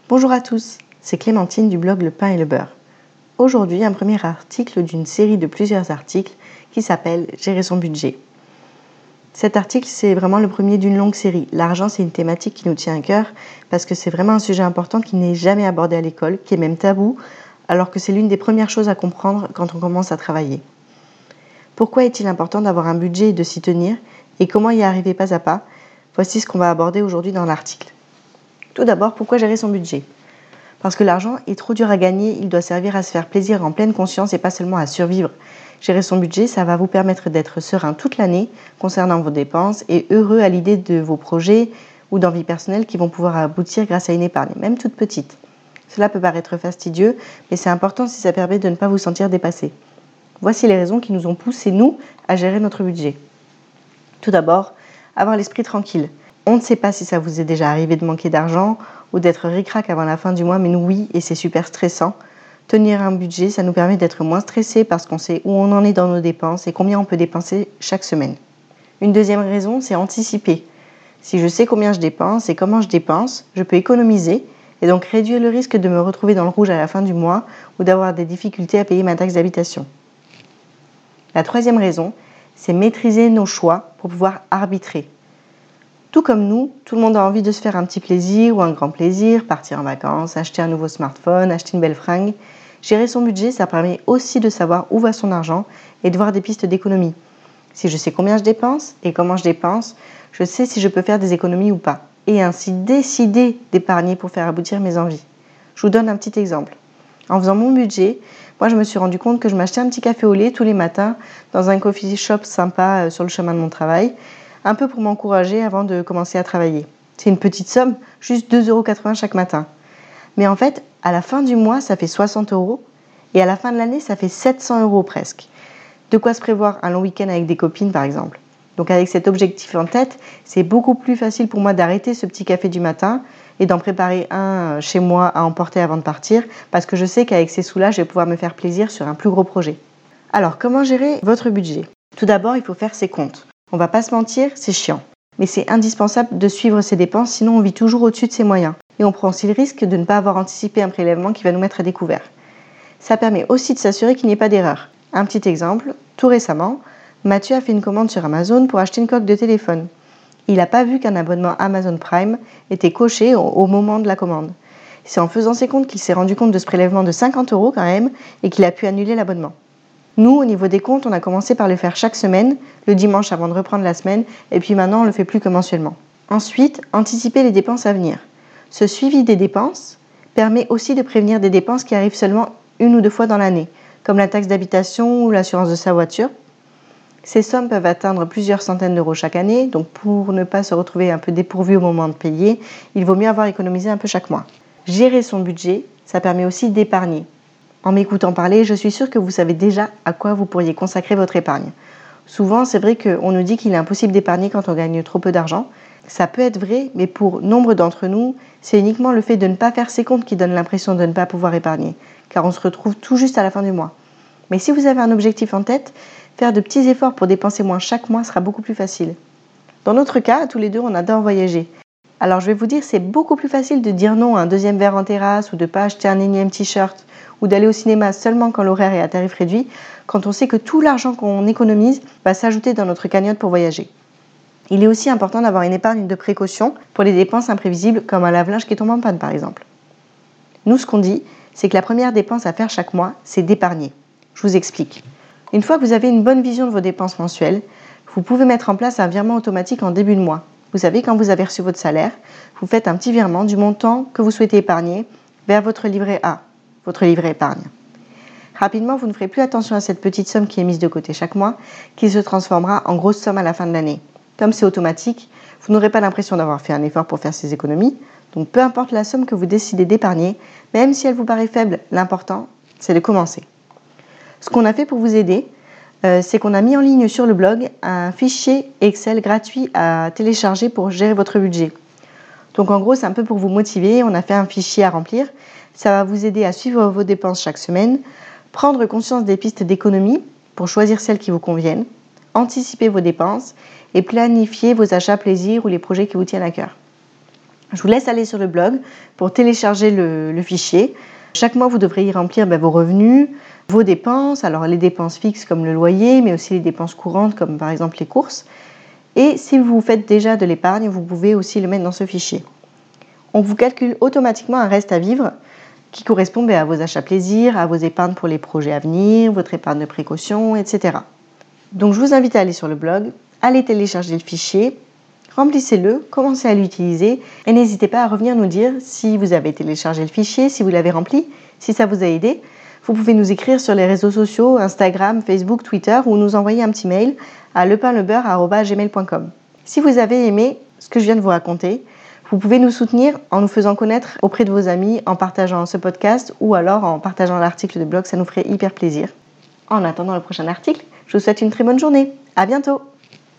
Bonjour à tous, c'est Clémentine du blog Le Pain et le Beurre. Aujourd'hui, un premier article d'une série de plusieurs articles qui s'appelle « Gérer son budget ». Cet article, c'est vraiment le premier d'une longue série. L'argent, c'est une thématique qui nous tient à cœur parce que c'est vraiment un sujet important qui n'est jamais abordé à l'école, qui est même tabou, alors que c'est l'une des premières choses à comprendre quand on commence à travailler. Pourquoi est-il important d'avoir un budget et de s'y tenir, et comment y arriver pas à pas? Voici ce qu'on va aborder aujourd'hui dans l'article. Tout d'abord, pourquoi gérer son budget? Parce que l'argent est trop dur à gagner, il doit servir à se faire plaisir en pleine conscience et pas seulement à survivre. Gérer son budget, ça va vous permettre d'être serein toute l'année concernant vos dépenses et heureux à l'idée de vos projets ou d'envies personnelles qui vont pouvoir aboutir grâce à une épargne, même toute petite. Cela peut paraître fastidieux, mais c'est important si ça permet de ne pas vous sentir dépassé. Voici les raisons qui nous ont poussé, nous, à gérer notre budget. Tout d'abord, avoir l'esprit tranquille. On ne sait pas si ça vous est déjà arrivé de manquer d'argent ou d'être ric-rac avant la fin du mois, mais nous oui, et c'est super stressant. Tenir un budget, ça nous permet d'être moins stressés parce qu'on sait où on en est dans nos dépenses et combien on peut dépenser chaque semaine. Une deuxième raison, c'est anticiper. Si je sais combien je dépense et comment je dépense, je peux économiser et donc réduire le risque de me retrouver dans le rouge à la fin du mois ou d'avoir des difficultés à payer ma taxe d'habitation. La troisième raison, c'est maîtriser nos choix pour pouvoir arbitrer. Tout comme nous, tout le monde a envie de se faire un petit plaisir ou un grand plaisir, partir en vacances, acheter un nouveau smartphone, acheter une belle fringue. Gérer son budget, ça permet aussi de savoir où va son argent et de voir des pistes d'économie. Si je sais combien je dépense et comment je dépense, je sais si je peux faire des économies ou pas. Et ainsi décider d'épargner pour faire aboutir mes envies. Je vous donne un petit exemple. En faisant mon budget, moi je me suis rendu compte que je m'achetais un petit café au lait tous les matins dans un coffee shop sympa sur le chemin de mon travail, un peu pour m'encourager avant de commencer à travailler. C'est une petite somme, juste 2,80 € chaque matin. Mais en fait, à la fin du mois, ça fait 60 € et à la fin de l'année, ça fait 700 € presque. De quoi se prévoir un long week-end avec des copines, par exemple. Donc avec cet objectif en tête, c'est beaucoup plus facile pour moi d'arrêter ce petit café du matin et d'en préparer un chez moi à emporter avant de partir, parce que je sais qu'avec ces sous-là, je vais pouvoir me faire plaisir sur un plus gros projet. Alors, comment gérer votre budget? Tout d'abord, il faut faire ses comptes. On va pas se mentir, c'est chiant. Mais c'est indispensable de suivre ses dépenses, sinon on vit toujours au-dessus de ses moyens. Et on prend aussi le risque de ne pas avoir anticipé un prélèvement qui va nous mettre à découvert. Ça permet aussi de s'assurer qu'il n'y ait pas d'erreur. Un petit exemple, tout récemment, Mathieu a fait une commande sur Amazon pour acheter une coque de téléphone. Il n'a pas vu qu'un abonnement Amazon Prime était coché au moment de la commande. C'est en faisant ses comptes qu'il s'est rendu compte de ce prélèvement de 50 € quand même et qu'il a pu annuler l'abonnement. Nous, au niveau des comptes, on a commencé par le faire chaque semaine, le dimanche avant de reprendre la semaine, et puis maintenant on ne le fait plus que mensuellement. Ensuite, anticiper les dépenses à venir. Ce suivi des dépenses permet aussi de prévenir des dépenses qui arrivent seulement une ou deux fois dans l'année, comme la taxe d'habitation ou l'assurance de sa voiture. Ces sommes peuvent atteindre plusieurs centaines d'euros chaque année, donc pour ne pas se retrouver un peu dépourvu au moment de payer, il vaut mieux avoir économisé un peu chaque mois. Gérer son budget, ça permet aussi d'épargner. En m'écoutant parler, je suis sûre que vous savez déjà à quoi vous pourriez consacrer votre épargne. Souvent, c'est vrai qu'on nous dit qu'il est impossible d'épargner quand on gagne trop peu d'argent. Ça peut être vrai, mais pour nombre d'entre nous, c'est uniquement le fait de ne pas faire ses comptes qui donne l'impression de ne pas pouvoir épargner, car on se retrouve tout juste à la fin du mois. Mais si vous avez un objectif en tête, faire de petits efforts pour dépenser moins chaque mois sera beaucoup plus facile. Dans notre cas, tous les deux, on adore voyager. Alors je vais vous dire, c'est beaucoup plus facile de dire non à un deuxième verre en terrasse ou de ne pas acheter un énième t-shirt ou d'aller au cinéma seulement quand l'horaire est à tarif réduit, quand on sait que tout l'argent qu'on économise va s'ajouter dans notre cagnotte pour voyager. Il est aussi important d'avoir une épargne de précaution pour les dépenses imprévisibles comme un lave-linge qui tombe en panne par exemple. Nous, ce qu'on dit, c'est que la première dépense à faire chaque mois, c'est d'épargner. Je vous explique. Une fois que vous avez une bonne vision de vos dépenses mensuelles, vous pouvez mettre en place un virement automatique en début de mois. Vous savez, quand vous avez reçu votre salaire, vous faites un petit virement du montant que vous souhaitez épargner vers votre livret A, votre livret épargne. Rapidement, vous ne ferez plus attention à cette petite somme qui est mise de côté chaque mois, qui se transformera en grosse somme à la fin de l'année. Comme c'est automatique, vous n'aurez pas l'impression d'avoir fait un effort pour faire ces économies, donc peu importe la somme que vous décidez d'épargner, même si elle vous paraît faible, l'important, c'est de commencer. Ce qu'on a fait pour vous aider, c'est qu'on a mis en ligne sur le blog un fichier Excel gratuit à télécharger pour gérer votre budget. Donc en gros, c'est un peu pour vous motiver, on a fait un fichier à remplir. Ça va vous aider à suivre vos dépenses chaque semaine, prendre conscience des pistes d'économie pour choisir celles qui vous conviennent, anticiper vos dépenses et planifier vos achats plaisirs ou les projets qui vous tiennent à cœur. Je vous laisse aller sur le blog pour télécharger le fichier. Chaque mois, vous devrez y remplir vos revenus, vos dépenses, alors les dépenses fixes comme le loyer, mais aussi les dépenses courantes comme par exemple les courses. Et si vous faites déjà de l'épargne, vous pouvez aussi le mettre dans ce fichier. On vous calcule automatiquement un reste à vivre qui correspond à vos achats plaisir, à vos épargnes pour les projets à venir, votre épargne de précaution, etc. Donc je vous invite à aller sur le blog, allez télécharger le fichier, remplissez-le, commencez à l'utiliser et n'hésitez pas à revenir nous dire si vous avez téléchargé le fichier, si vous l'avez rempli, si ça vous a aidé. Vous pouvez nous écrire sur les réseaux sociaux, Instagram, Facebook, Twitter ou nous envoyer un petit mail à lepainlebeurre@gmail.com. Si vous avez aimé ce que je viens de vous raconter, vous pouvez nous soutenir en nous faisant connaître auprès de vos amis, en partageant ce podcast ou alors en partageant l'article de blog, ça nous ferait hyper plaisir. En attendant le prochain article, je vous souhaite une très bonne journée. À bientôt!